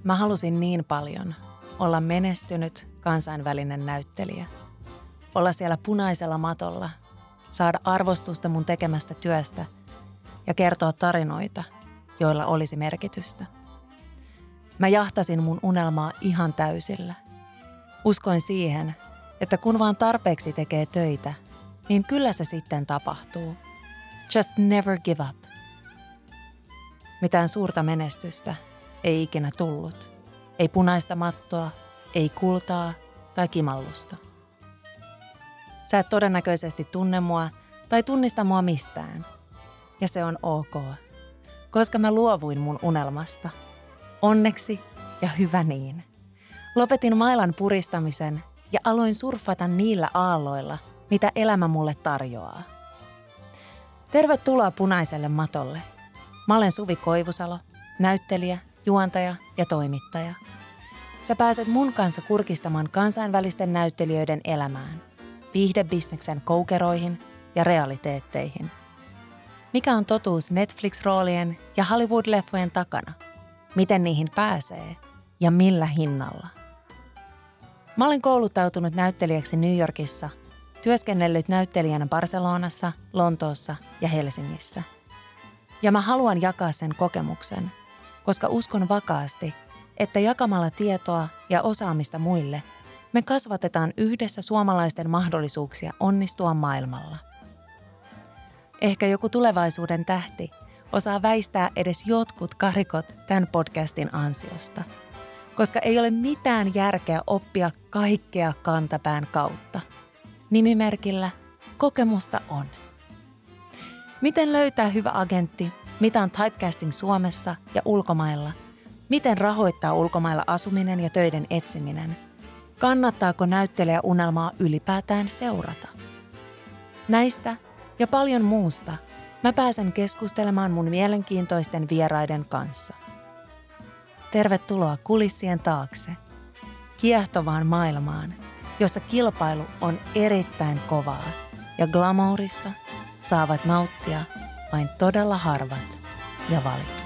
Mä halusin niin paljon olla menestynyt kansainvälinen näyttelijä. Olla siellä punaisella matolla, saada arvostusta mun tekemästä työstä ja kertoa tarinoita, joilla olisi merkitystä. Mä jahtasin mun unelmaa ihan täysillä. Uskoin siihen, että kun vaan tarpeeksi tekee töitä, niin kyllä se sitten tapahtuu. Just never give up. Mitään suurta menestystä ei ikinä tullut. Ei punaista mattoa, ei kultaa tai kimallusta. Sä et todennäköisesti tunne mua tai tunnista mua mistään. Ja se on ok, koska mä luovuin mun unelmasta. Onneksi ja hyvä niin. Lopetin mailan puristamisen ja aloin surffata niillä aalloilla, mitä elämä mulle tarjoaa. Tervetuloa punaiselle matolle. Mä olen Suvi Koivusalo, näyttelijä, juontaja ja toimittaja. Sä pääset mun kanssa kurkistamaan kansainvälisten näyttelijöiden elämään, viihdebisneksen koukeroihin ja realiteetteihin. Mikä on totuus Netflix-roolien ja Hollywood-leffojen takana? Miten niihin pääsee ja millä hinnalla? Mä olen kouluttautunut näyttelijäksi New Yorkissa, työskennellyt näyttelijänä Barcelonassa, Lontoossa ja Helsingissä. Ja mä haluan jakaa sen kokemuksen, koska uskon vakaasti, että jakamalla tietoa ja osaamista muille, me kasvatetaan yhdessä suomalaisten mahdollisuuksia onnistua maailmalla. Ehkä joku tulevaisuuden tähti osaa väistää edes jotkut karikot tämän podcastin ansiosta, koska ei ole mitään järkeä oppia kaikkea kantapään kautta. Nimimerkillä kokemusta on. Miten löytää hyvä agentti? Mitä on typecasting Suomessa ja ulkomailla? Miten rahoittaa ulkomailla asuminen ja töiden etsiminen? Kannattaako näyttelijäunelmaa ylipäätään seurata? Näistä ja paljon muusta mä pääsen keskustelemaan mun mielenkiintoisten vieraiden kanssa. Tervetuloa kulissien taakse, kiehtovaan maailmaan, jossa kilpailu on erittäin kovaa ja glamourista saavat nauttia vain todella harvat ja valitut.